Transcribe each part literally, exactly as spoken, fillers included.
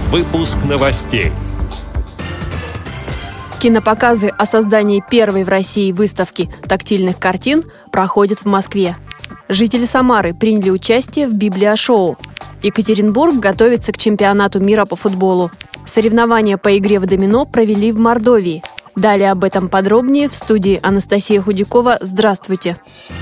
Выпуск новостей. Кинопоказы о создании первой в России выставки тактильных картин проходят в Москве. Жители Самары приняли участие в библиошоу. Екатеринбург готовится к чемпионату мира по футболу. Соревнования по игре в домино провели в Мордовии. Далее об этом подробнее в студии Анастасия Худякова. Здравствуйте!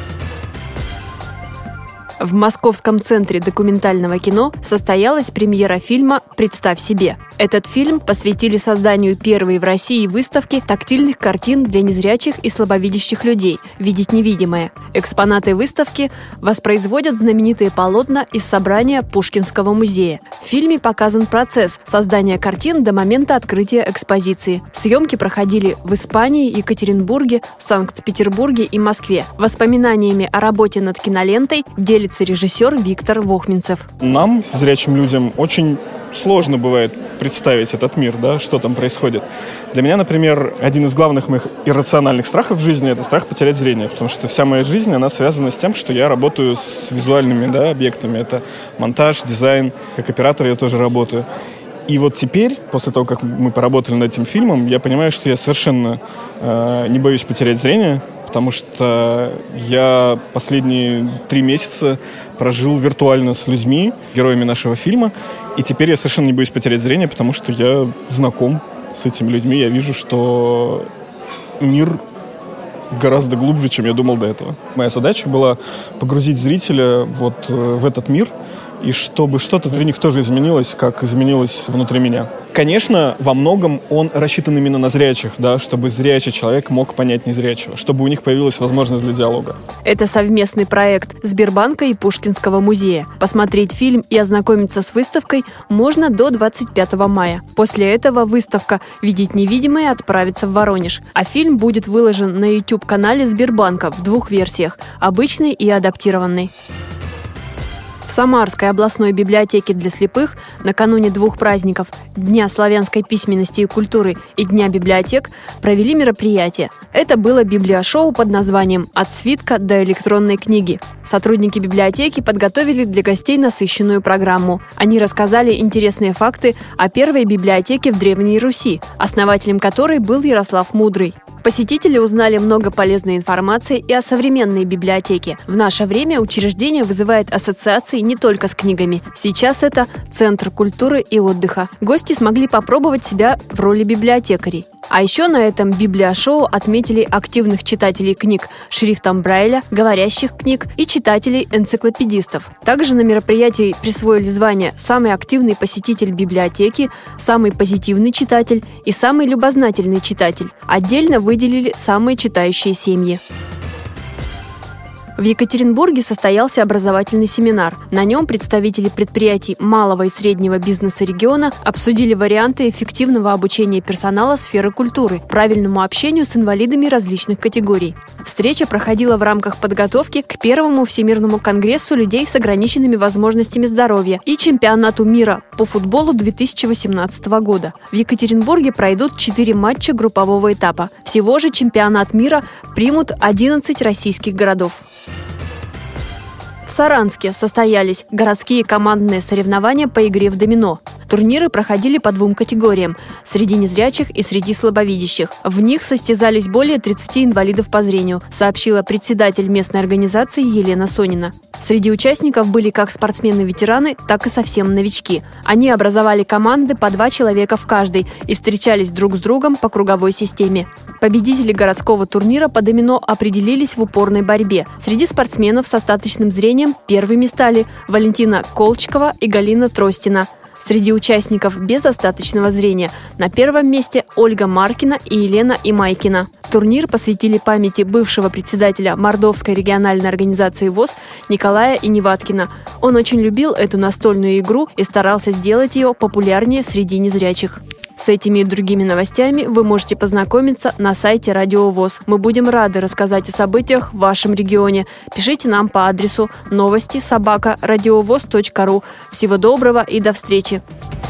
В Московском центре документального кино состоялась премьера фильма «Представь себе». Этот фильм посвятили созданию первой в России выставки тактильных картин для незрячих и слабовидящих людей «Видеть невидимое». Экспонаты выставки воспроизводят знаменитые полотна из собрания Пушкинского музея. В фильме показан процесс создания картин до момента открытия экспозиции. Съемки проходили в Испании, Екатеринбурге, Санкт-Петербурге и Москве. Воспоминаниями о работе над кинолентой делится режиссер Виктор Вохминцев. Нам, зрячим людям, очень сложно бывает представить этот мир, да, что там происходит. Для меня, например, один из главных моих иррациональных страхов в жизни – это страх потерять зрение, потому что вся моя жизнь, она связана с тем, что я работаю с визуальными, да, объектами. Это монтаж, дизайн, как оператор я тоже работаю. И вот теперь, после того, как мы поработали над этим фильмом, я понимаю, что я совершенно э, не боюсь потерять зрение, потому что я последние три месяца прожил виртуально с людьми, героями нашего фильма, и теперь я совершенно не боюсь потерять зрение, потому что я знаком с этими людьми, я вижу, что мир гораздо глубже, чем я думал до этого. Моя задача была погрузить зрителя вот в этот мир, и чтобы что-то внутри них тоже изменилось, как изменилось внутри меня. Конечно, во многом он рассчитан именно на зрячих, да, чтобы зрячий человек мог понять незрячего, чтобы у них появилась возможность для диалога. Это совместный проект Сбербанка и Пушкинского музея. Посмотреть фильм и ознакомиться с выставкой можно до двадцать пятого мая. После этого выставка «Видеть невидимое» отправится в Воронеж, а фильм будет выложен на YouTube-канале Сбербанка в двух версиях – обычной и адаптированной. В Самарской областной библиотеке для слепых накануне двух праздников – Дня славянской письменности и культуры и Дня библиотек – провели мероприятие. Это было библиошоу под названием «От свитка до электронной книги». Сотрудники библиотеки подготовили для гостей насыщенную программу. Они рассказали интересные факты о первой библиотеке в Древней Руси, основателем которой был Ярослав Мудрый. Посетители узнали много полезной информации и о современной библиотеке. В наше время учреждение вызывает ассоциации не только с книгами. Сейчас это Центр культуры и отдыха. Гости смогли попробовать себя в роли библиотекарей. А еще на этом библиошоу отметили активных читателей книг шрифтом Брайля, говорящих книг и читателей-энциклопедистов. Также на мероприятии присвоили звания «Самый активный посетитель библиотеки», «Самый позитивный читатель» и «Самый любознательный читатель». Отдельно выделили самые читающие семьи. В Екатеринбурге состоялся образовательный семинар. На нем представители предприятий малого и среднего бизнеса региона обсудили варианты эффективного обучения персонала сферы культуры, правильному общению с инвалидами различных категорий. Встреча проходила в рамках подготовки к первому Всемирному конгрессу людей с ограниченными возможностями здоровья и чемпионату мира по футболу две тысячи восемнадцатого года. В Екатеринбурге пройдут четыре матча группового этапа. Всего же чемпионат мира примут одиннадцать российских городов. В Саранске состоялись городские командные соревнования по игре в домино. Турниры проходили по двум категориям – среди незрячих и среди слабовидящих. В них состязались более тридцати инвалидов по зрению, сообщила председатель местной организации Елена Сонина. Среди участников были как спортсмены-ветераны, так и совсем новички. Они образовали команды по два человека в каждой и встречались друг с другом по круговой системе. Победители городского турнира по домино определились в упорной борьбе. Среди спортсменов с остаточным зрением первыми стали Валентина Колчкова и Галина Тростина. Среди участников без остаточного зрения на первом месте Ольга Маркина и Елена Имайкина. Турнир посвятили памяти бывшего председателя Мордовской региональной организации ВОС Николая Иневаткина. Он очень любил эту настольную игру и старался сделать ее популярнее среди незрячих. С этими и другими новостями вы можете познакомиться на сайте Радио ВОС. Мы будем рады рассказать о событиях в вашем регионе. Пишите нам по адресу новости собака радиовос точка ру. Всего доброго и до встречи!